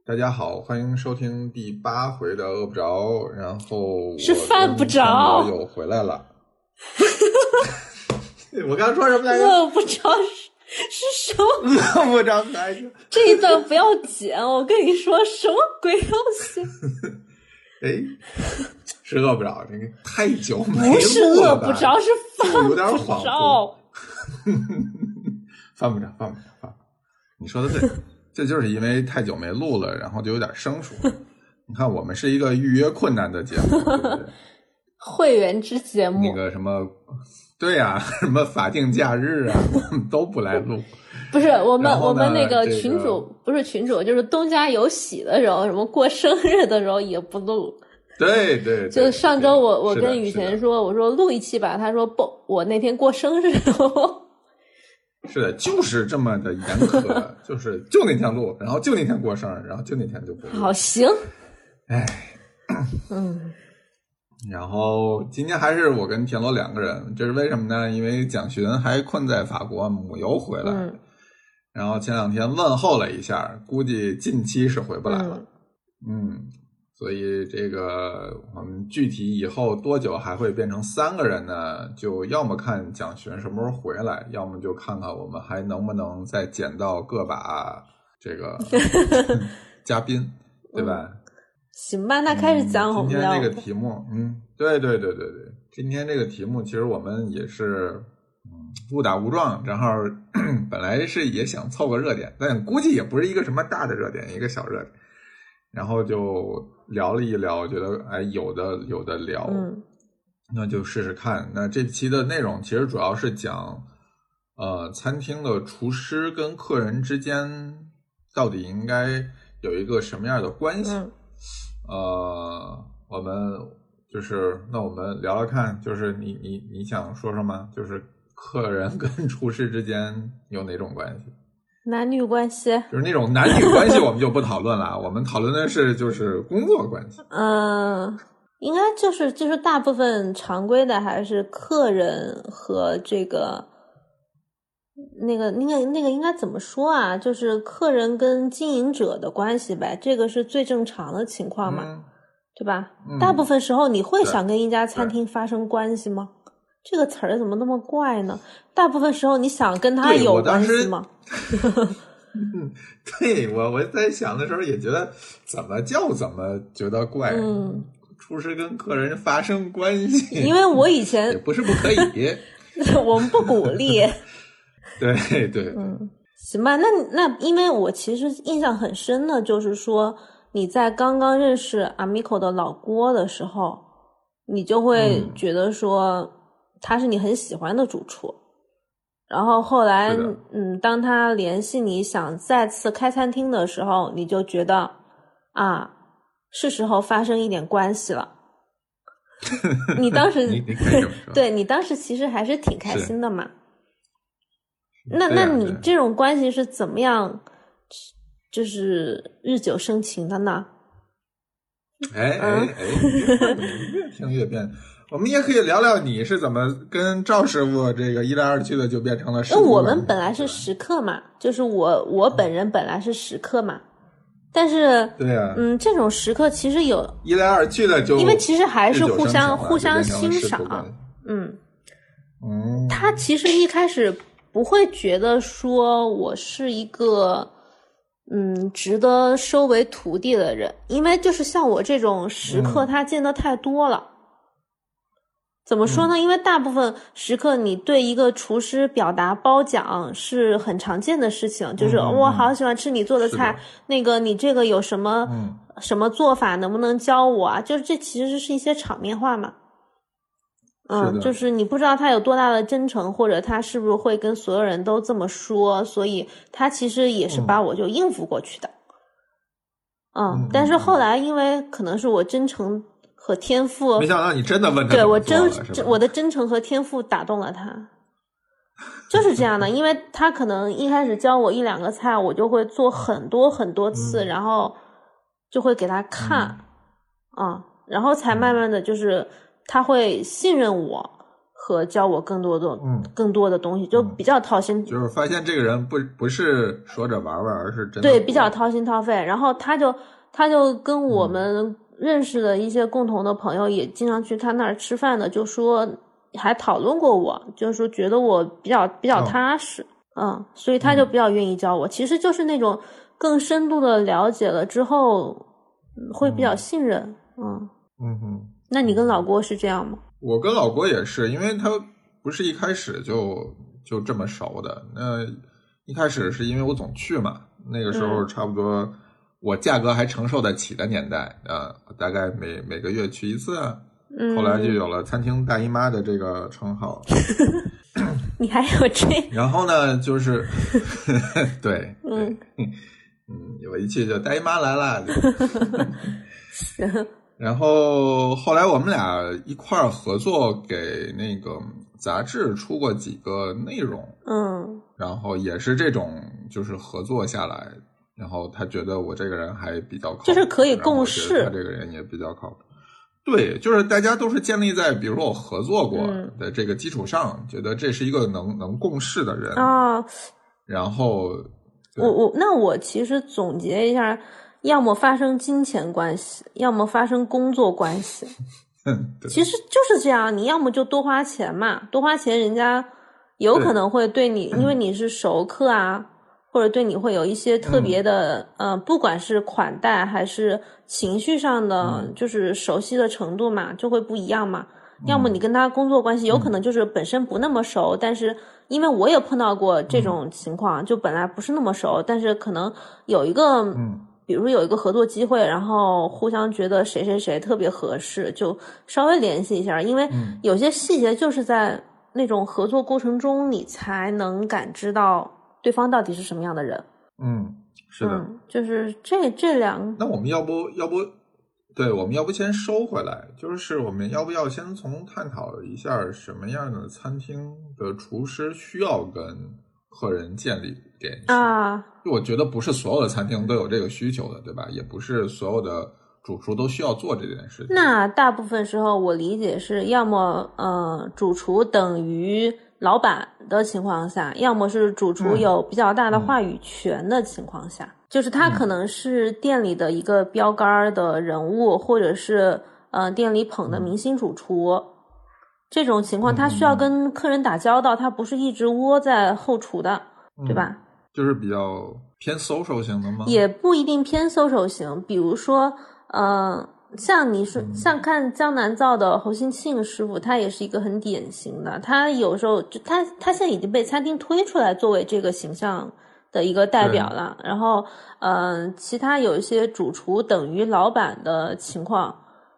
大家好，欢迎收听第8回的饿不着。然后是犯不着， 我又回来了。我刚说什么来着？ 饿不着是什么？ 饿不着来着。 这一段不要剪，我跟你说什么鬼东西？ 哎，是饿不着，这个太久没录了， 不是饿不着，是犯有点不恍着。 犯不着。你说的对，这就是因为太久没录了，然后就有点生疏。你看，我们是一个预约困难的节目，对不对？ 会员制节目， 那个什么，对呀，什么法定假日啊，我们都不来录。 不是我们那个这群主，不是群主，就是东家有喜的时候，什么过生日的时候也不录。 对， 就上周我对跟雨田说，我说录一期吧，他说不，我那天过生日。 是的，就是这么的严苛，就那天录，然后就那天过生日，然后就那天就不录。 好，行。 哎，然后今天还是我跟田螺2个人，这是为什么呢？因为蒋勋还困在法国母游回来，然后前2天问候了一下，估计近期是回不来了。所以这个我们具体以后多久还会变成3个人呢？就要么看蒋勋什么时候回来，要么就看看我们还能不能再捡到个把这个嘉宾，对吧？ 行吧，那开始讲我们今天这个题目，对，今天这个题目其实我们也是误打误撞，正好本来是也想凑个热点，但估计也不是一个什么大的热点，一个小热点。然后就聊了一聊，觉得哎有的聊，那就试试看。那这期的内容其实主要是讲餐厅的厨师跟客人之间到底应该有一个什么样的关系。我们就是那我们聊聊看，就是你想说什么？就是客人跟厨师之间有哪种关系？ 男女关系， 就是那种男女关系我们就不讨论了，我们讨论的是就是工作关系。 应该就是大部分常规的还是客人和这个那个应该怎么说啊？就是客人跟经营者的关系呗，这个是最正常的情况嘛，对吧？大部分时候你会想跟一家餐厅发生关系吗？这个词儿怎么那么怪呢？大部分时候你想跟他有关系吗？ 对，我在想的时候也觉得怎么觉得怪。厨师跟客人发生关系， 因为我以前也不是不可以， 我们不鼓励。 对， 行吧，那因为我其实印象很深的就是说，你在刚刚认识 Amico 的老郭的时候，你就会觉得说他是你很喜欢的主厨。然后后来当他联系你想再次开餐厅的时候，你就觉得是时候发生一点关系了。你当时你可以这么说。 对，你当时其实还是挺开心的嘛。那你这种关系是怎么样就是日久生情的呢？ 越听越变。我们也可以聊聊你是怎么跟赵师傅这个一来二去的就变成了师徒。 我们本来是食客嘛，就是我本人本来是食客嘛，但是对啊， 这种食客其实有一来二去的就因为其实还是互相欣赏。他其实一开始不会觉得说我是一个值得收为徒弟的人，因为就是像我这种食客他见得太多了。怎么说呢？因为大部分食客你对一个厨师表达褒奖是很常见的事情，就是我好喜欢吃你做的菜，那个你这个有什么什么做法，能不能教我啊？就是这其实是一些场面话嘛。就是你不知道他有多大的真诚，或者他是不是会跟所有人都这么说，所以他其实也是把我就应付过去的。但是后来因为可能是我真诚和天赋， 没想到你真的问他， 对，我的真诚和天赋打动了他，就是这样的。因为他可能一开始教我1-2个菜，我就会做很多很多次，然后就会给他看，然后才慢慢的就是他会信任我和教我更多的东西，就比较掏心， 就是发现这个人不是说着玩玩，而是真的对，比较掏心掏肺。然后他就跟我们认识的一些共同的朋友也经常去他那儿吃饭的，就说还讨论过我，就是说觉得我比较踏实，所以他就比较愿意教我。其实就是那种更深度的了解了之后，会比较信任。那你跟老郭是这样吗？ 我跟老郭也是，因为他不是一开始就这么熟的。那一开始是因为我总去嘛，那个时候差不多我价格还承受得起的年代大概每个月去一次。后来就有了餐厅大姨妈的这个称号。 你还有这？ 然后呢，就是对，有一去就大姨妈来了。然后后来我们俩一块儿合作给那个杂志出过几个内容，然后也是这种就是合作下来，然后他觉得我这个人还比较靠谱， 就是可以共事， 他这个人也比较靠谱。对，就是大家都是建立在比如说我合作过的这个基础上，觉得这是一个能共事的人啊。 然后那我其实总结一下，要么发生金钱关系，要么发生工作关系。其实就是这样，你要么就多花钱嘛，多花钱人家有可能会对你，因为你是熟客啊，或者对你会有一些特别的不管是款待还是情绪上的就是熟悉的程度嘛，就会不一样嘛。要么你跟他工作关系有可能就是本身不那么熟，但是因为我也碰到过这种情况，就本来不是那么熟，但是可能有一个比如有一个合作机会，然后互相觉得谁谁谁特别合适，就稍微联系一下，因为有些细节就是在那种合作过程中你才能感知到对方到底是什么样的人。 是的， 就是这两个。 那我们要不对，我们要不先收回来，就是我们要不要先从探讨一下什么样的餐厅的厨师需要跟客人建立联系我觉得不是所有的餐厅都有这个需求的，对吧？也不是所有的主厨都需要做这件事情。 那大部分时候我理解是要么主厨等于老板的情况下，要么是主厨有比较大的话语权的情况下，就是他可能是店里的一个标杆的人物，或者是店里捧的明星主厨。这种情况他需要跟客人打交道，他不是一直窝在后厨的，对吧？ 就是比较偏 social 型的吗？ 也不一定偏 social 型，比如说像你说像看江南造的侯新庆师傅，他也是一个很典型的，他有时候就他现在已经被餐厅推出来作为这个形象的一个代表了。然后其他有一些主厨等于老板的情况，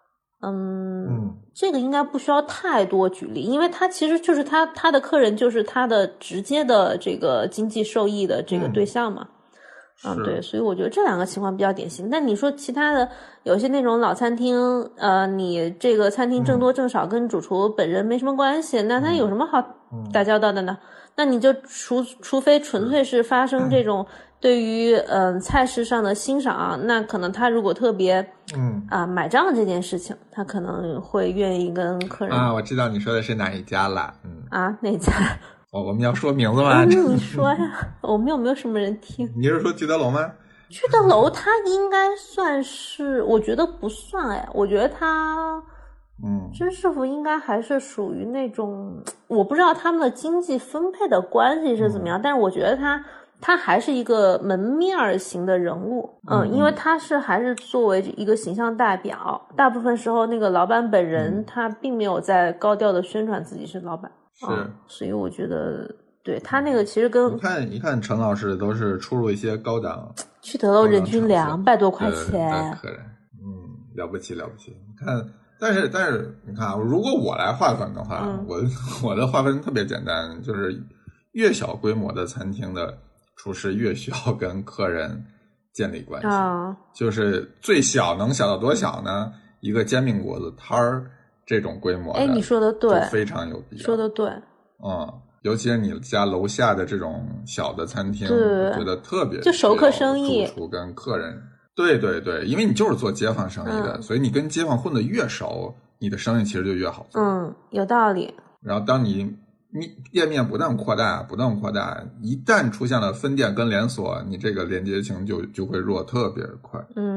这个应该不需要太多举例，因为他其实就是他的客人就是他的直接的这个经济受益的这个对象嘛。对，所以我觉得这两个情况比较典型。但你说其他的有些那种老餐厅，你这个餐厅挣多挣少跟主厨本人没什么关系，那他有什么好打交道的呢？那你就除非纯粹是发生这种对于菜式上的欣赏，那可能他如果特别买账这件事情，他可能会愿意跟客人我知道你说的是哪一家了。 哪家？ 我们要说名字吗？ 你说呀，我们有没有什么人听？ 你是说聚德楼吗？ 聚德楼它应该算是，我觉得不算我觉得他甄师傅应该还是属于那种，我不知道他们的经济分配的关系是怎么样，但是我觉得他还是一个门面型的人物，因为他还是作为一个形象代表，大部分时候那个老板本人他并没有在高调的宣传自己是老板。所以我觉得对他那个其实跟一看陈老师都是出入一些高档， 去德楼人均200多块钱客人，了不起了不起。你看，但是你看如果我来划分的话，我的划分特别简单，就是越小规模的餐厅的厨师越需要跟客人建立关系就是最小能小到多小呢？一个煎饼果子摊儿这种规模的， 你说的对， 非常有必要。 说的对， 尤其是你家楼下的这种小的餐厅，我觉得特别就熟客生意， 主厨跟客人，对对对，因为你就是做街坊生意的，所以你跟街坊混得越熟，你的生意其实就越好做。 有道理。 然后当你店面不断扩大，一旦出现了分店跟连锁，你这个连接性就会弱特别快。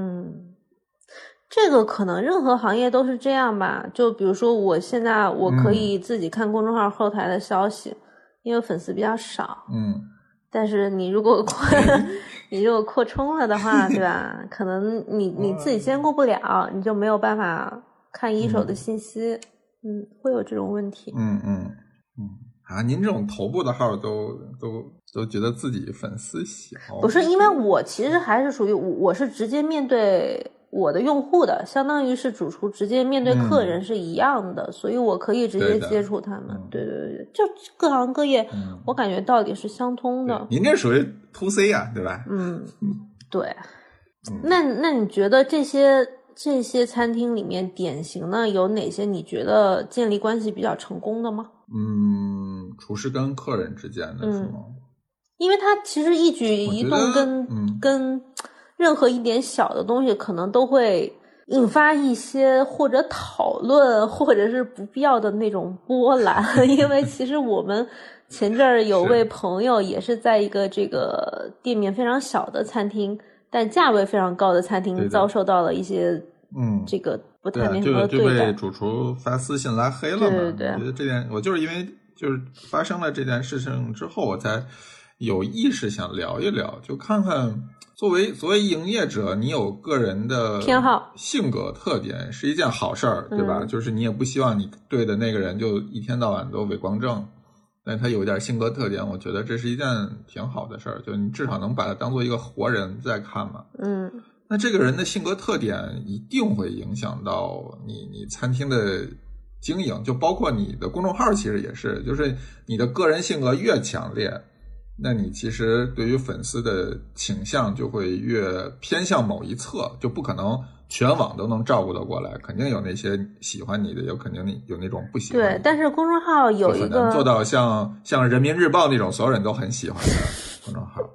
这个可能任何行业都是这样吧。就比如说我现在我可以自己看公众号后台的消息，因为粉丝比较少。但是你如果扩充了的话，对吧？可能你自己兼顾不了，你就没有办法看一手的信息。会有这种问题。 您这种头部的号都觉得自己粉丝小？ 不是，因为我其实还是属于我是直接面对我的用户的，相当于是主厨直接面对客人是一样的，所以我可以直接接触他们。对，就各行各业，我感觉道理是相通的。 您这属于 to C 啊，对吧？ 对。那你觉得这些餐厅里面典型的有哪些你觉得建立关系比较成功的吗？ 厨师跟客人之间的是吗？ 因为他其实一举一动跟任何一点小的东西可能都会引发一些或者讨论或者是不必要的那种波澜。因为其实我们前阵儿有位朋友也是在一个这个店面非常小的餐厅，但价位非常高的餐厅遭受到了一些这个不太那什么的对待， 就被主厨发私信拉黑了嘛。 对， 我觉得这件，我就是因为就是发生了这件事情之后，我才有意识想聊一聊，就看看作为营业者，你有个人的偏好、 性格特点是一件好事儿，对吧？就是你也不希望你对的那个人就一天到晚都伪光正，但他有一点性格特点，我觉得这是一件挺好的事儿，就你至少能把他当做一个活人在看嘛。那这个人的性格特点一定会影响到你餐厅的经营，就包括你的公众号，其实也是，就是你的个人性格越强烈，那你其实对于粉丝的倾向就会越偏向某一侧，就不可能全网都能照顾得过来，肯定有那些喜欢你的，有肯定有那种不喜欢你的。 对，但是公众号有一个很难做到像人民日报那种所有人都很喜欢的公众号。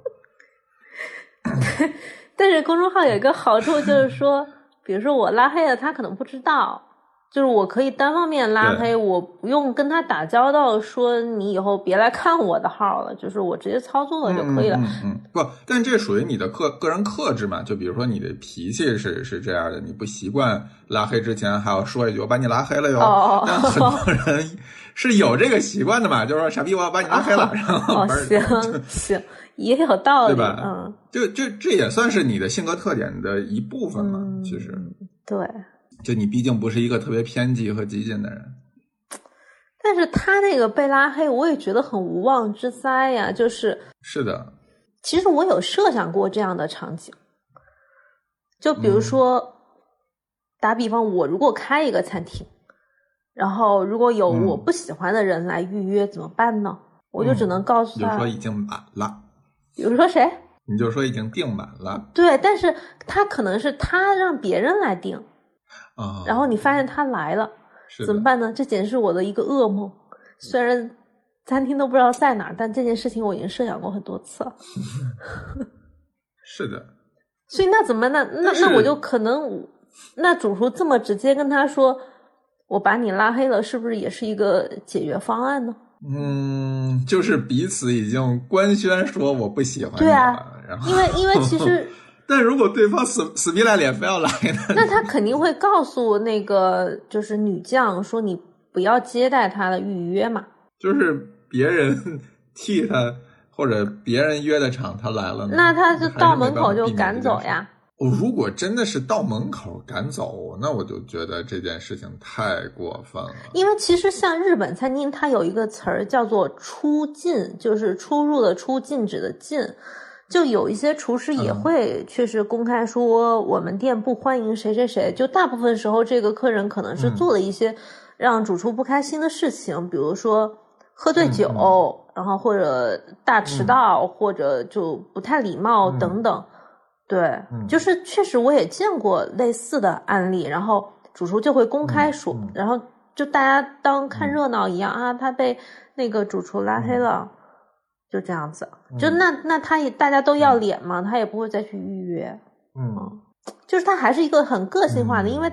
但是公众号有一个好处就是说，比如说我拉黑了，他可能不知道，就是我可以单方面拉黑，我不用跟他打交道，说你以后别来看我的号了，就是我直接操作了就可以了。 不，但这属于你的个人克制嘛？就比如说你的脾气是这样的，你不习惯拉黑之前还要说一句我把你拉黑了哟。但很多人是有这个习惯的嘛，就是说傻逼我要把你拉黑了，然后行。也有道理， 对吧？这也算是你的性格特点的一部分嘛。其实， 对， 就你毕竟不是一个特别偏激和激进的人。 但是他那个被拉黑，我也觉得很无妄之灾呀。 是的， 其实我有设想过这样的场景，就比如说，打比方，我如果开一个餐厅，然后如果有我不喜欢的人来预约，怎么办呢？我就只能告诉他， 比如说已经满了。 比如说谁？ 你就说已经订满了。 对，但是他可能是他让别人来订然后你发现他来了，怎么办呢？这简直是我的一个噩梦。虽然餐厅都不知道在哪儿，但这件事情我已经设想过很多次了。 是的。 所以那怎么办呢？那我就可能，那主厨这么直接跟他说，我把你拉黑了，是不是也是一个解决方案呢？ 就是彼此已经官宣说我不喜欢你了。 对啊， 然后因为其实但如果对方死皮赖脸非要来呢， 那他肯定会告诉那个就是女将说你不要接待他的预约嘛。 就是别人替他或者别人约的场他来了呢， 那他就到门口就赶走呀。 如果真的是到门口赶走，那我就觉得这件事情太过分了。 因为其实像日本餐厅，它有一个词儿叫做出禁，就是出入的出，禁止的禁。就有一些厨师也会确实公开说我们店不欢迎谁谁谁，就大部分时候这个客人可能是做了一些让主厨不开心的事情，比如说喝醉酒，然后或者大迟到，或者就不太礼貌等等。对，就是确实我也见过类似的案例，然后主厨就会公开说，然后就大家当看热闹一样啊，他被那个主厨拉黑了，就这样子。就那他也大家都要脸嘛，他也不会再去预约。就是他还是一个很个性化的，因为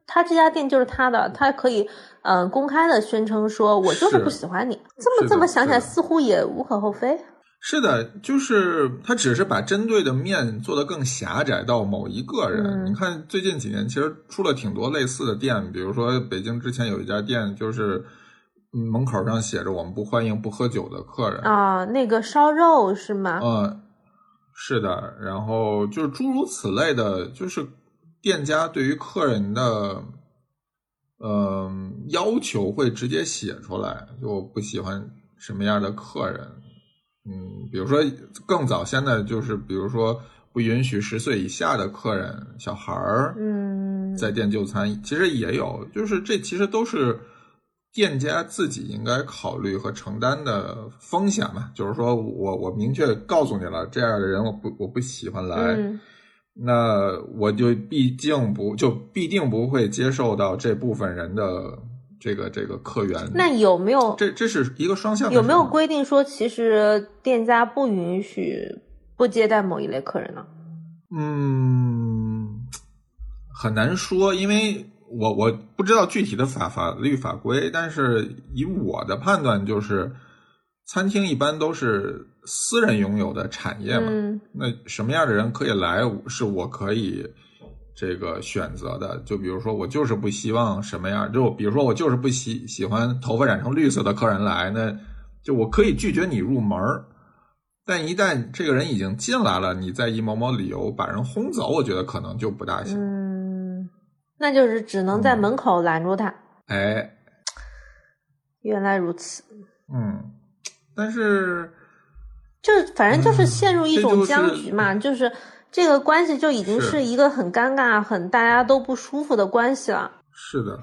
他这家店就是他的，他可以公开的宣称说我就是不喜欢你，这么想起来似乎也无可厚非。 是的，就是他只是把针对的面做得更狭窄到某一个人。你看最近几年其实出了挺多类似的店，比如说北京之前有一家店，就是门口上写着我们不欢迎不喝酒的客人啊，那个烧肉是吗？ 是的，然后就是诸如此类的，就是店家对于客人的要求会直接写出来，就我不喜欢什么样的客人。比如说更早先的就是比如说不允许10岁以下的客人小孩儿在店就餐，其实也有，就是这其实都是店家自己应该考虑和承担的风险嘛。就是说我明确告诉你了，这样的人我不喜欢来，那我就必定不会接受到这部分人的这个客源。 那有没有这是一个双向的？ 有没有规定说其实店家不允许不接待某一类客人呢？ 很难说，因为我不知道具体的法律法规，但是以我的判断就是餐厅一般都是私人拥有的产业嘛，那什么样的人可以来是我可以这个选择的。就比如说我就是不希望什么样，就比如说我就是不喜欢头发染成绿色的客人来，那就我可以拒绝你入门，但一旦这个人已经进来了，你再以某某理由把人轰走，我觉得可能就不大行。 那就是只能在门口拦住他。原来如此。 但是就反正就是陷入一种僵局嘛，就是这个关系就已经是一个很尴尬很大家都不舒服的关系了。 是的。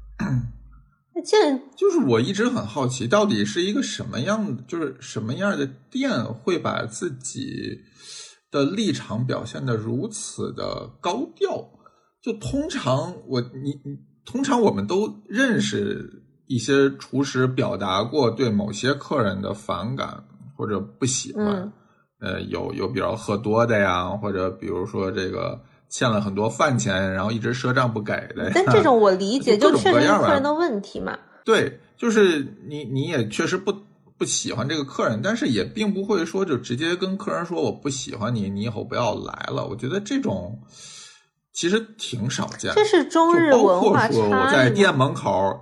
就是我一直很好奇，到底是一个什么样的店会把自己的立场表现得如此的高调。就通常我们都认识一些厨师表达过对某些客人的反感或者不喜欢，有比较喝多的呀，或者比如说这个欠了很多饭钱然后一直赊账不给的呀。 但这种我理解，就确实是客人的问题嘛。 对，就是你也确实不喜欢这个客人，但是也并不会说就直接跟客人说我不喜欢你，你以后不要来了。我觉得这种其实挺少见的。 这是中日文化差异。 就包括说我在店门口，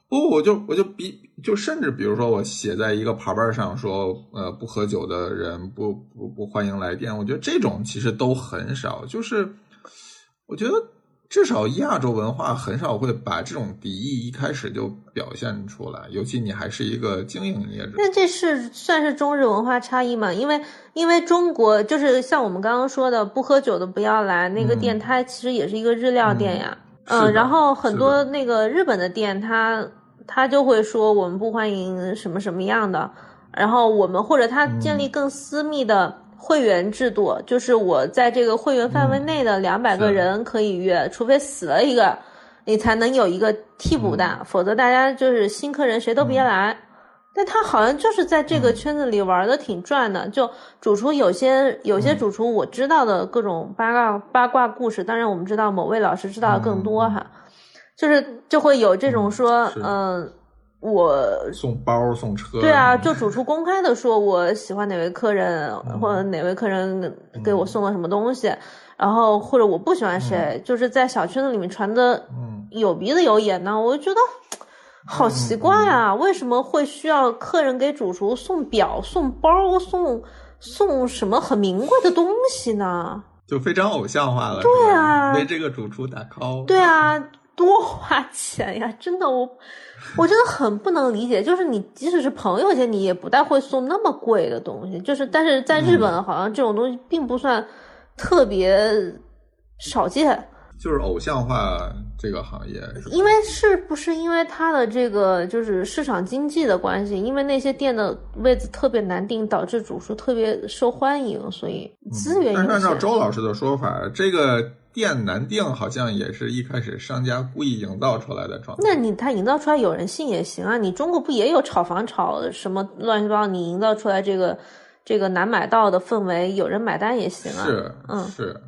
甚至比如说我写在一个牌上说不喝酒的人不欢迎来店，我觉得这种其实都很少。就是我觉得至少亚洲文化很少会把这种敌意一开始就表现出来，尤其你还是一个经营业者。 那这算是中日文化差异吗？因为中国就是像我们刚刚说的不喝酒的不要来那个店，它其实也是一个日料店呀。然后很多那个日本的店他就会说我们不欢迎什么什么样的，然后或者他建立更私密的会员制度，就是我在这个会员范围内的200个人可以约，除非死了一个你才能有一个替补的，否则大家就是新客人谁都别来。但他好像就是在这个圈子里玩的挺转的，就主厨有些主厨我知道的各种八卦故事，当然我们知道某位老师知道的更多哈，就会有这种说我送包送车， 对啊，就主厨公开的说我喜欢哪位客人，或者哪位客人给我送了什么东西，然后或者我不喜欢谁，就是在小圈子里面传的有鼻子有眼呢，我就觉得好奇怪啊，为什么会需要客人给主厨送表送包送什么很名贵的东西呢？ 就非常偶像化了。 对啊， 为这个主厨打 call。 对啊，多花钱呀，真的我真的很不能理解，就是你即使是朋友间你也不大会送那么贵的东西，就是但是在日本好像这种东西并不算特别少见。 就是偶像化这个行业， 因为是不是因为它的这个就是市场经济的关系，因为那些店的位置特别难定，导致主厨特别受欢迎，所以资源有限。 但是按照周老师的说法，这个店难定好像也是一开始商家故意营造出来的状态。 那他营造出来有人信也行啊，你中国不也有炒房炒什么乱七八糟，你营造出来这个难买到的氛围，有人买单也行啊。 是。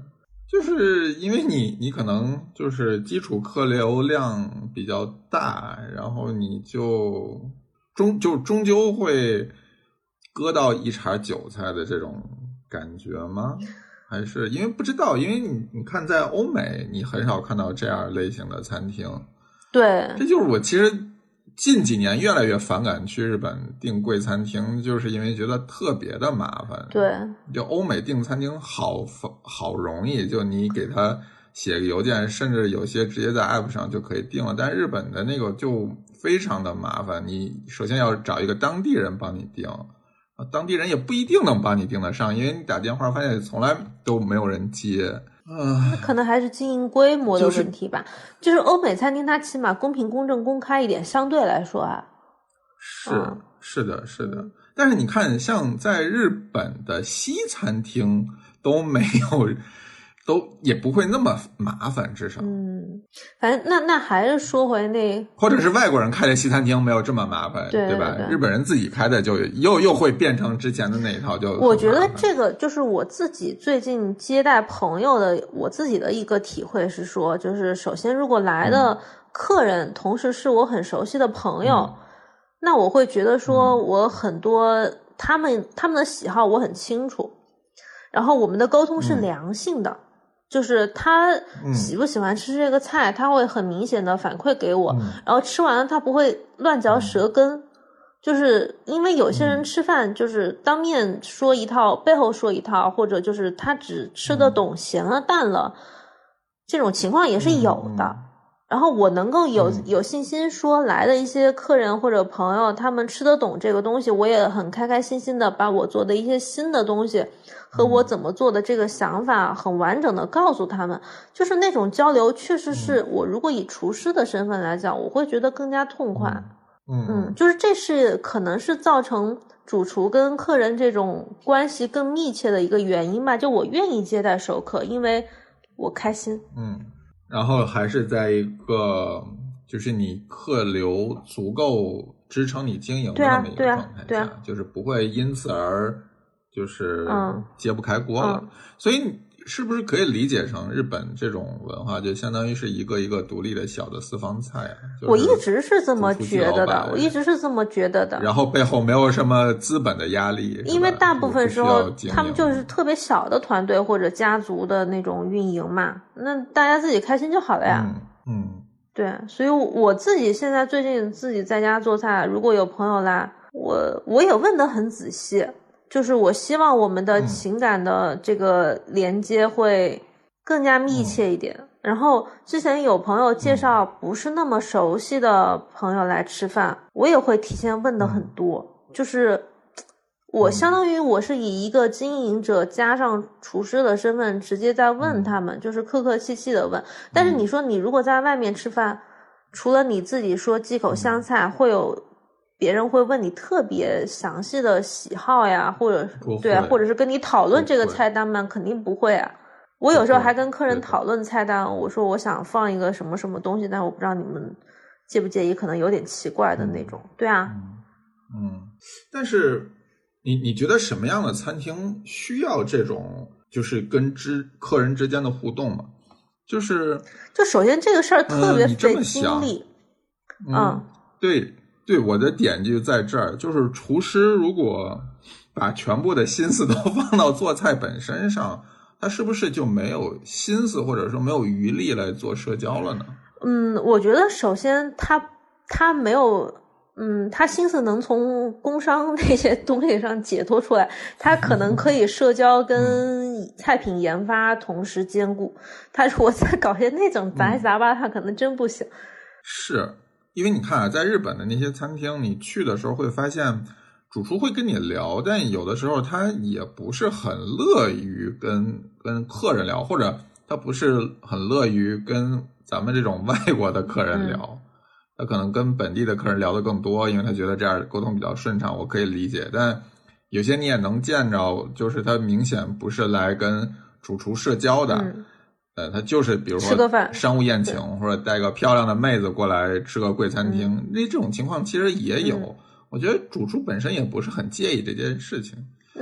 就是因为你可能就是基础客流量比较大，然后你就终究会割到一茬韭菜的这种感觉吗？还是因为不知道？因为你看在欧美，你很少看到这样类型的餐厅。 对， 这就是我其实近几年越来越反感去日本订贵餐厅，就是因为觉得特别的麻烦。 对， 就欧美订餐厅好容易，就你给他写个邮件，甚至有些直接在 app 上就可以订了。但日本的那个就非常的麻烦，你首先要找一个当地人帮你订，当地人也不一定能帮你订得上，因为你打电话发现从来都没有人接。 那可能还是经营规模的问题吧。就是欧美餐厅它起码公平公正公开一点，相对来说啊。 是的。但是你看像在日本的西餐厅都没有，都也不会那么麻烦，至少反正那还是说回那， 或者是外国人开的西餐厅没有这么麻烦，对吧？日本人自己开的就又会变成之前的那一套，就我觉得这个就是我自己最近接待朋友的我自己的一个体会是说，就是首先如果来的客人同时是我很熟悉的朋友，那我会觉得说我很多他们的喜好我很清楚，然后我们的沟通是良性的。就是他喜不喜欢吃这个菜，他会很明显的反馈给我，然后吃完了他不会乱嚼舌根，就是因为有些人吃饭就是当面说一套背后说一套，或者就是他只吃得懂咸了淡了，这种情况也是有的。然后我能够有信心说来的一些客人或者朋友他们吃得懂这个东西，我也很开开心心的把我做的一些新的东西和我怎么做的这个想法很完整的告诉他们，就是那种交流确实是我如果以厨师的身份来讲，我会觉得更加痛快。就是这是可能是造成主厨跟客人这种关系更密切的一个原因吧，就我愿意接待熟客，因为我开心。 然后还是在一个就是你客流足够支撑你经营的那么一个状态下，就是不会因此而就是揭不开锅了。所以是不是可以理解成日本这种文化就相当于是一个一个独立的小的私房菜啊？ 我一直是这么觉得的， 然后背后没有什么资本的压力， 因为大部分时候他们就是特别小的团队或者家族的那种运营嘛，那大家自己开心就好了呀。对，所以我自己现在最近自己在家做菜，如果有朋友来，我也问得很仔细，就是我希望我们的情感的这个连接会更加密切一点。然后之前有朋友介绍不是那么熟悉的朋友来吃饭，我也会提前问的很多，就是我相当于我是以一个经营者加上厨师的身份直接在问他们，就是客客气气的问。但是你说你如果在外面吃饭，除了你自己说忌口香菜，会有别人会问你特别详细的喜好呀，或者对，或者是跟你讨论这个菜单吗？肯定不会啊。我有时候还跟客人讨论菜单，我说我想放一个什么什么东西，但我不知道你们介不介意，可能有点奇怪的那种。对啊。 但是你觉得什么样的餐厅需要这种就是跟客人之间的互动吗？就首先这个事儿特别费精力。 对，我的点就在这儿，就是厨师如果把全部的心思都放到做菜本身上，他是不是就没有心思或者说没有余力来做社交了呢？ 我觉得首先他没有他心思能从工商那些东西上解脱出来，他可能可以社交跟菜品研发同时兼顾。他如果再搞些那种杂七杂八，他可能真不行。 是因为你看啊，在日本的那些餐厅，你去的时候会发现主厨会跟你聊，但有的时候他也不是很乐于跟客人聊，或者他不是很乐于跟咱们这种外国的客人聊。他可能跟本地的客人聊得更多，因为他觉得这样沟通比较顺畅，我可以理解。但有些你也能见着，就是他明显不是来跟主厨社交的，他就是比如说商务宴请，或者带个漂亮的妹子过来吃个贵餐厅，这种情况其实也有。我觉得主厨本身也不是很介意这件事情。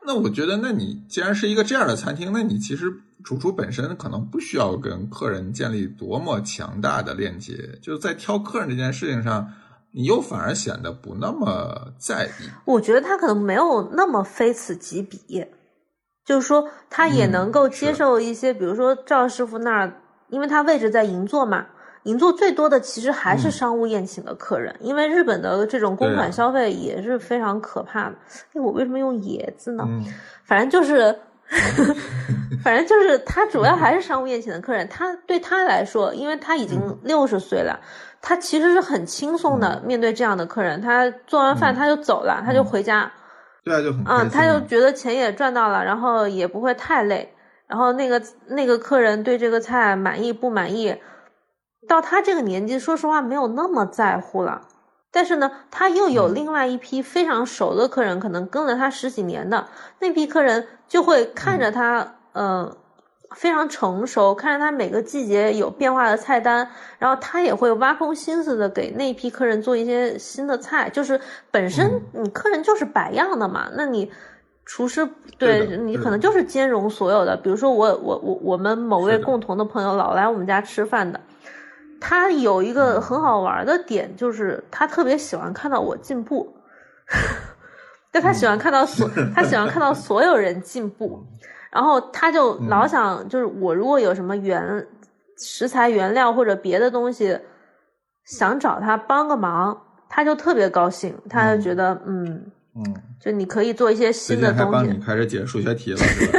那我觉得，那你既然是一个这样的餐厅，那你其实主厨本身可能不需要跟客人建立多么强大的链接，就是在挑客人这件事情上，你又反而显得不那么在意。 我觉得他可能没有那么非此即彼，就是说他也能够接受一些，比如说赵师傅那儿，因为他位置在银座嘛，银座最多的其实还是商务宴请的客人，因为日本的这种公款消费也是非常可怕的。我为什么用野字呢？反正就是反正就是他主要还是商务宴请的客人，他对他来说，因为他已经60岁了，他其实是很轻松的面对这样的客人，他做完饭他就走了，他就回家。 对啊，就很开心。 他就觉得钱也赚到了，然后也不会太累，然后那个客人对这个菜满意不满意，到他这个年纪说实话没有那么在乎了。但是呢，他又有另外一批非常熟的客人，可能跟了他10几年的那批客人，就会看着他非常成熟，看着他每个季节有变化的菜单，然后他也会挖空心思的给那批客人做一些新的菜，就是本身你客人就是百样的嘛，那你厨师对你可能就是兼容所有的。比如说我们某位共同的朋友老来我们家吃饭的，他有一个很好玩的点，就是他特别喜欢看到我进步但他喜欢看到所有人进步，然后他就老想就是我如果有什么食材原料或者别的东西想找他帮个忙，他就特别高兴，他就觉得就你可以做一些新的东西。 最近还帮你开始解数学题了是吧？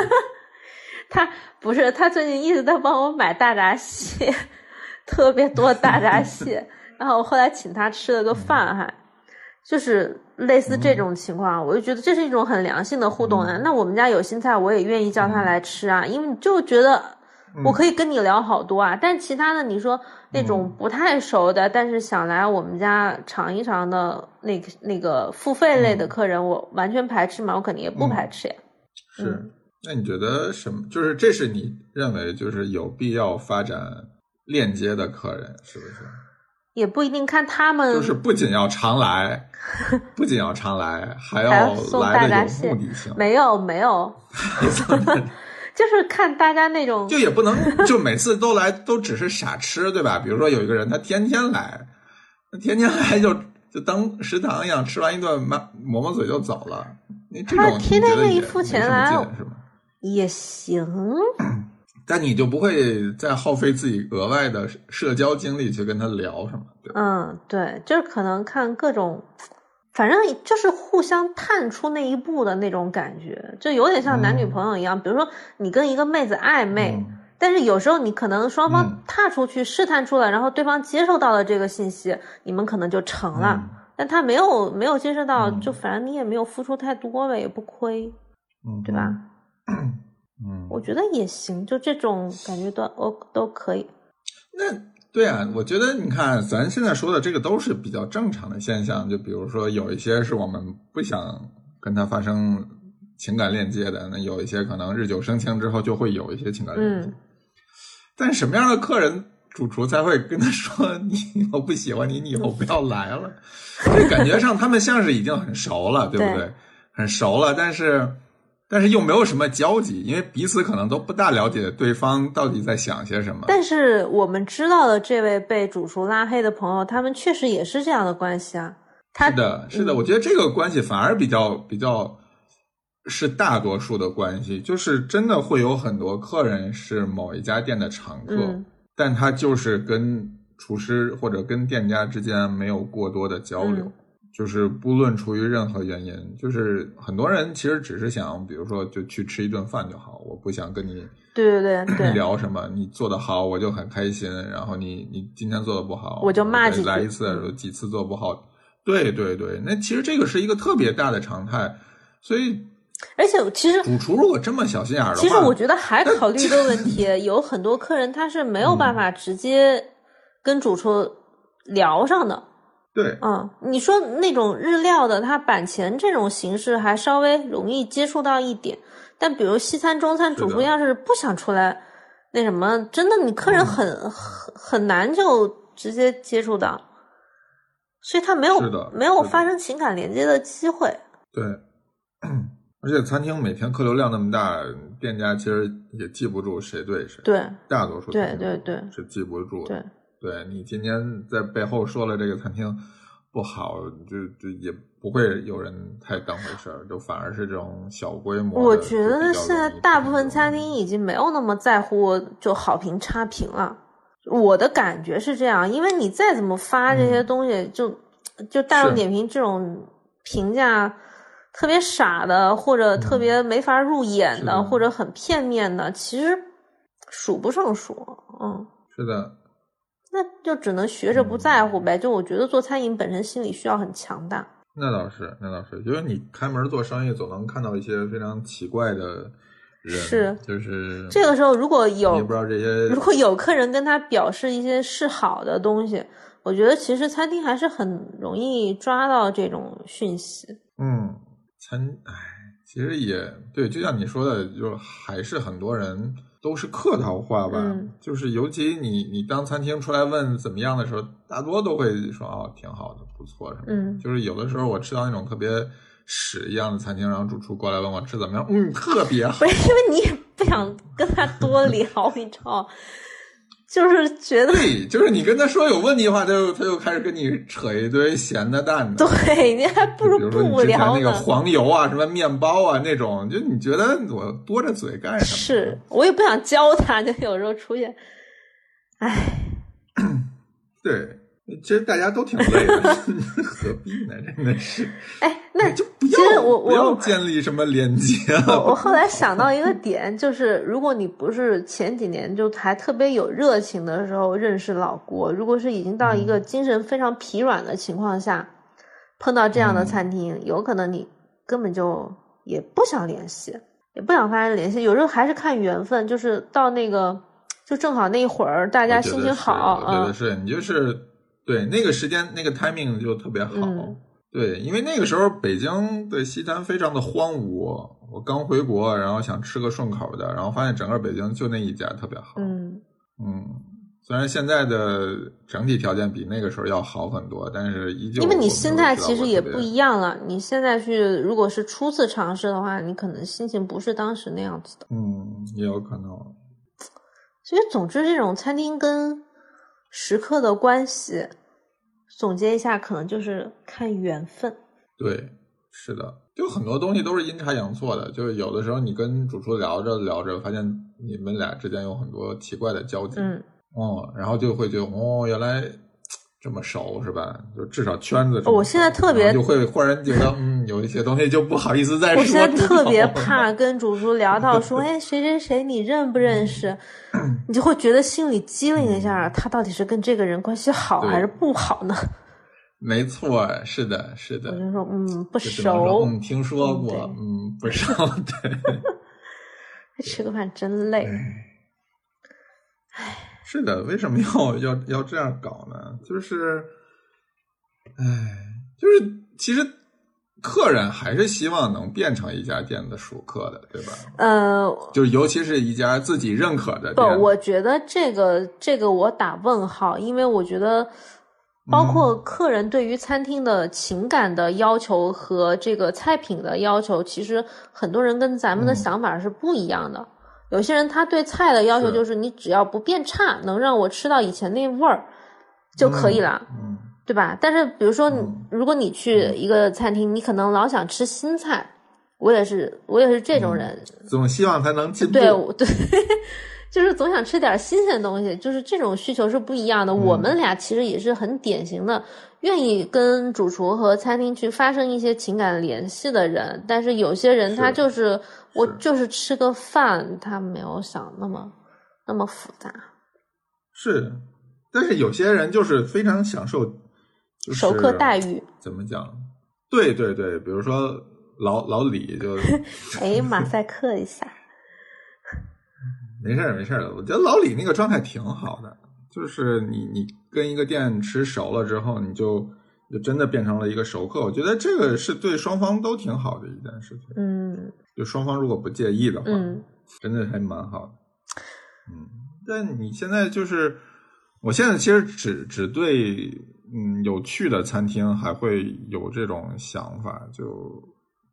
他最近一直在帮我买大闸蟹特别多大闸蟹然后我后来请他吃了个饭，还就是类似这种情况，我就觉得这是一种很良性的互动啊。那我们家有新菜我也愿意叫他来吃啊，因为你就觉得我可以跟你聊好多啊。但其他的你说那种不太熟的但是想来我们家尝一尝的那个付费类的客人，我完全排斥吗？我肯定也不排斥呀。 是，那你觉得什么？就是这是你认为就是有必要发展链接的客人，是不是？ 也不一定，看他们就是不仅要常来还要来的有目的性。 没有就是看大家那种， 就也不能就每次都来都只是傻吃，对吧？比如说有一个人他天天来就当食堂一样，吃完一顿抹抹嘴就走了，你这种他天天愿意付钱来是吗？ 也行， 但你就不会再耗费自己额外的社交精力去跟他聊什么？ 对，就是可能看各种，反正就是互相探出那一步的那种感觉，就有点像男女朋友一样。比如说你跟一个妹子暧昧，但是有时候你可能双方踏出去试探出来，然后对方接受到了这个信息，你们可能就成了。但他没有接受到，就反正你也没有付出太多呗，也不亏，对吧？我觉得也行，就这种感觉都可以。 那对啊，我觉得你看咱现在说的这个都是比较正常的现象，就比如说有一些是我们不想跟他发生情感链接的，那有一些可能日久生情之后就会有一些情感链接。但什么样的客人主厨才会跟他说你以后不喜欢你以后不要来了？这感觉上他们像是已经很熟了，对不对？很熟了，但是又没有什么交集，因为彼此可能都不大了解对方到底在想些什么。 但是我们知道的这位被主厨拉黑的朋友，他们确实也是这样的关系啊。 是的，我觉得这个关系反而比较是大多数的关系，就是真的会有很多客人是某一家店的常客，但他就是跟厨师或者跟店家之间没有过多的交流。就是不论出于任何原因，就是很多人其实只是想比如说就去吃一顿饭就好，我不想跟你对聊什么，你做得好我就很开心，然后你今天做得不好我就骂几句， 来一次几次做不好，对，那其实这个是一个特别大的常态。所以而且其实主厨如果这么小心眼的话， 其实我觉得还考虑一个问题有很多客人他是没有办法直接跟主厨聊上的。 对， 你说那种日料的，它板前这种形式还稍微容易接触到一点，但比如西餐、中餐，主厨要是不想出来，那什么，真的你客人很难就直接接触到，所以他没有发生情感连接的机会。 对， 而且餐厅每天客流量那么大，店家其实也记不住谁对谁， 对， 大多数对对对是记不住对的。对，你今天在背后说了这个餐厅不好，就也不会有人太当回事儿，就反而是这种小规模的。 我觉得现在大部分餐厅已经没有那么在乎就好评差评了，我的感觉是这样，因为你再怎么发这些东西，就大众点评这种评价特别傻的，或者特别没法入眼的，或者很片面的，其实数不胜数。 是的。 那就只能学着不在乎呗。就我觉得做餐饮本身心理需要很强大。 那倒是，就是你开门做生意，总能看到一些非常奇怪的人， 是， 就是这个时候如果有也不知道这些， 如果有客人跟他表示一些示好的东西，我觉得其实餐厅还是很容易抓到这种讯息。 其实也对，就像你说的，就还是很多人都是客套话吧，就是尤其你当餐厅出来问怎么样的时候，大多都会说挺好的，不错什么的。就是有的时候我吃到那种特别屎一样的餐厅，然后主厨过来问我吃怎么样，特别好。 不是因为你也不想跟他多聊，你知道。就是觉得对，就是你跟他说有问题的话，他就开始跟你扯一堆闲的淡的。 对，你还不如不聊呢。 比如说你之前那个黄油啊，什么面包啊那种，就你觉得我多着嘴干什么？ 是我也不想教他，就有时候出现， 对，其实大家都挺累的，何必呢？真的是。那就不要建立什么连接了。 我后来想到一个点，就是如果你不是前几年就还特别有热情的时候认识老郭，如果是已经到一个精神非常疲软的情况下，碰到这样的餐厅，有可能你根本就也不想联系，也不想发生联系。有时候还是看缘分，就是到那个就正好那一会儿大家心情好。 我觉得是，你就是对那个时间那个 timing 就特别好。对，因为那个时候北京对西餐非常的荒芜，我刚回国，然后想吃个顺口的，然后发现整个北京就那一家特别好。虽然现在的整体条件比那个时候要好很多，但是依旧因为你心态其实也不一样了。你现在去如果是初次尝试的话，你可能心情不是当时那样子的。 也有可能。 所以总之这种餐厅跟食客的关系总结一下，可能就是看缘分。 对，是的，就很多东西都是阴差阳错的。就是有的时候你跟主厨聊着聊着，发现你们俩之间有很多奇怪的交集。然后就会觉得原来这么熟是吧？就至少圈子这么熟。 我现在特别就会忽然觉得有一些东西就不好意思再说。 我现在特别怕跟主厨聊到说谁谁谁你认不认识，你就会觉得心里机灵一下，他到底是跟这个人关系好还是不好呢？ 没错，是的，是的。 我就说不熟， 听说过，不熟，对。 吃个饭真累。 是的，为什么要这样搞呢？就是其实客人还是希望能变成一家店的熟客的，对吧？就是尤其是一家自己认可的店。 不，我觉得这个我打问号，因为我觉得包括客人对于餐厅的情感的要求和这个菜品的要求，其实很多人跟咱们的想法是不一样的。有些人他对菜的要求就是你只要不变差，能让我吃到以前那味儿就可以了，对吧？但是比如说如果你去一个餐厅，你可能老想吃新菜，我也是这种人， 总希望他能进步。 对就是总想吃点新鲜的东西，就是这种需求是不一样的。我们俩其实也是很典型的愿意跟主厨和餐厅去发生一些情感联系的人，但是有些人他就是我就是吃个饭，他没有想那么复杂。 是，但是有些人就是非常享受就是熟客待遇。 怎么讲？对对对，比如说老李就马赛克一下。 没事的，我觉得老李那个状态挺好的，就是你跟一个店吃熟了之后，你就真的变成了一个熟客。我觉得这个是对双方都挺好的一件事情。就双方如果不介意的话，真的还蛮好的。但你现在就是我现在其实只对有趣的餐厅还会有这种想法，就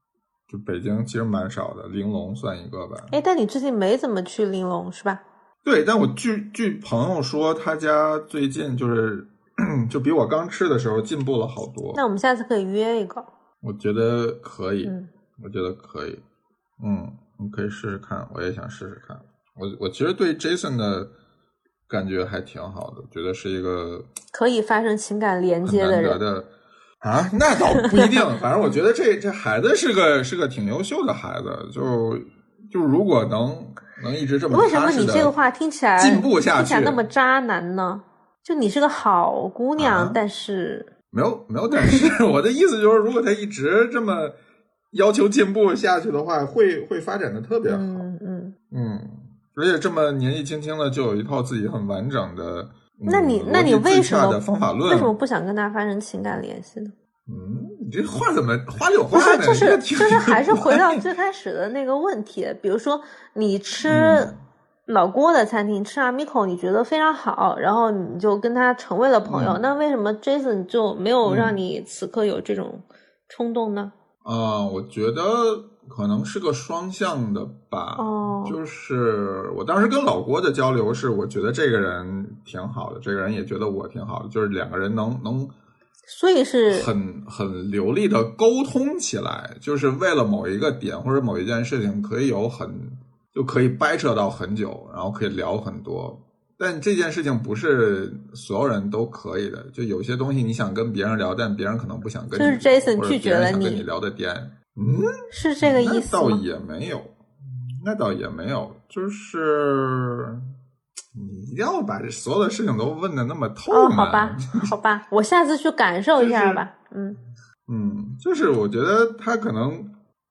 就北京其实蛮少的，玲珑算一个吧。 但你最近没怎么去玲珑是吧？ 对，但我据朋友说，他家最近就比我刚吃的时候进步了好多。 那我们下次可以约一个。 我觉得可以，我觉得可以。你可以试试看，我也想试试看。我其实对 Jason 的感觉还挺好的，觉得是一个可以发生情感连接的人。 很难得的啊，那倒不一定。反正我觉得这孩子是个挺优秀的孩子，就如果能一直这么踏实的为什么你这个话听起来进步下去， 听起来那么渣男呢？就你是个好姑娘，但是没有但是我的意思就是，如果他一直这么要求进步下去的话，会发展的特别好。而且这么年纪轻轻的就有一套自己很完整的那你为什么的方法论？ 为什么不想跟他发生情感联系呢？ 你这话怎么花里有话呢？ 就是还是回到最开始的那个问题。比如说你吃老郭的餐厅，吃Amico你觉得非常好，然后你就跟他成为了朋友，那为什么 Jason 就没有让你此刻有这种冲动呢？ 我觉得可能是个双向的吧。就是我当时跟老郭的交流是，我觉得这个人挺好的，这个人也觉得我挺好的，就是两个人能所以是很流利的沟通起来，就是为了某一个点或者某一件事情就可以掰扯到很久，然后可以聊很多。但这件事情不是所有人都可以的，就有些东西你想跟别人聊，但别人可能不想跟你聊， 就是 Jason 拒绝了你， 或者别人想跟你聊的点， 是这个意思吗？ 那倒也没有，就是你一定要把这所有的事情都问的那么透嘛。 好吧，我下次去感受一下吧。 就是我觉得他可能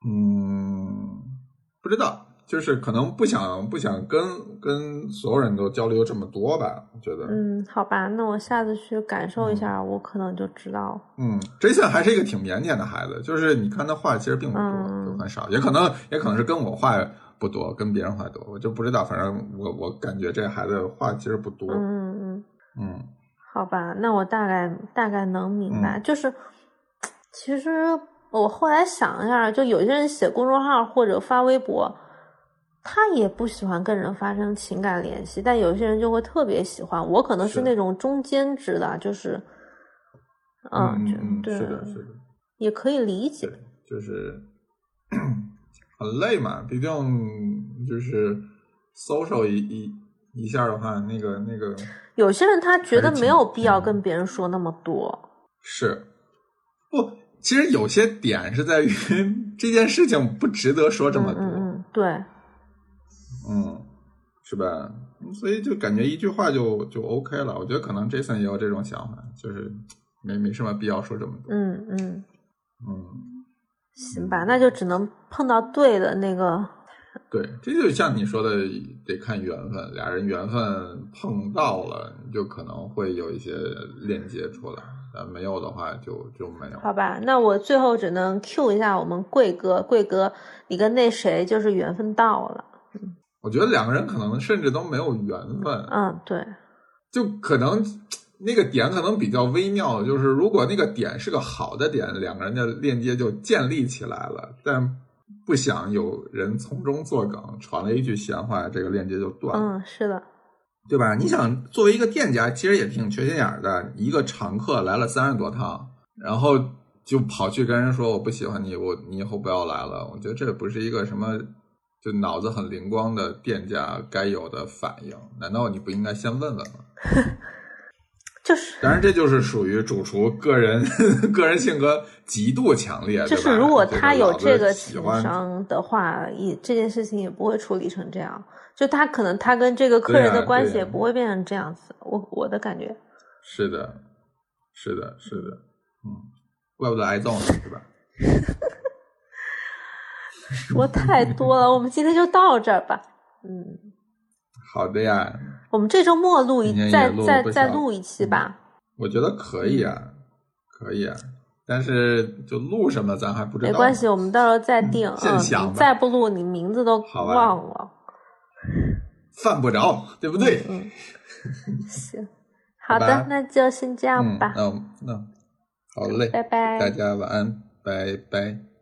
不知道。就是可能不想跟所有人都交流这么多吧，我觉得。 好吧，那我下次去感受一下，我可能就知道了。 Jason 还是一个挺腼腆的孩子，就是你看他话其实并不多，就很少，也可能是跟我话不多，跟别人话多，我就不知道。反正我感觉这孩子话其实不多。 好吧，那我大概能明白，就是其实我后来想一下，就有些人写公众号或者发微博。他也不喜欢跟人发生情感联系，但有些人就会特别喜欢。我可能是那种中间值的，就是对， 是的， 也可以理解。 就是很累嘛，毕竟就是 social 一下的话，那个有些人他觉得没有必要跟别人说那么多。 是不？其实有些点是在于这件事情不值得说这么多。 对。 是吧？所以就感觉一句话就 OK 了。我觉得可能 Jason 也有这种想法，就是没什么必要说这么多。 行吧，那就只能碰到对的那个。 对，这就像你说的，得看缘分，俩人缘分碰到了，就可能会有一些链接出来。但没有的话就没有。 好吧，那我最后只能 Q 一下我们贵哥，你跟那谁就是缘分到了。 我觉得两个人可能甚至都没有缘分。 对， 就可能那个点可能比较微妙，就是如果那个点是个好的点，两个人的链接就建立起来了，但不想有人从中作梗，传了一句闲话，这个链接就断了。 是的，对吧？你想作为一个店家，其实也挺缺心眼的，一个常客来了30多趟，然后就跑去跟人说我不喜欢你，你以后不要来了。我觉得这不是一个什么就脑子很灵光的店家该有的反应，难道你不应该先问问吗？当然这就是属于主厨个人性格极度强烈， 就是如果他有这个情商的话，这件事情也不会处理成这样，就他可能他跟这个客人的关系也不会变成这样子。我的感觉是的，怪不得挨揍呢，是吧？ 说太多了，我们今天就到这儿吧。 好的呀， 我们这周末再录一期吧。 我觉得可以啊，但是就录什么咱还不知道。 没关系，我们到时候再定。 现想吧， 再不录你名字都忘了， 犯不着，对不对？ 行，好的，那就先这样吧。 那好嘞， 拜拜， 大家晚安，拜拜。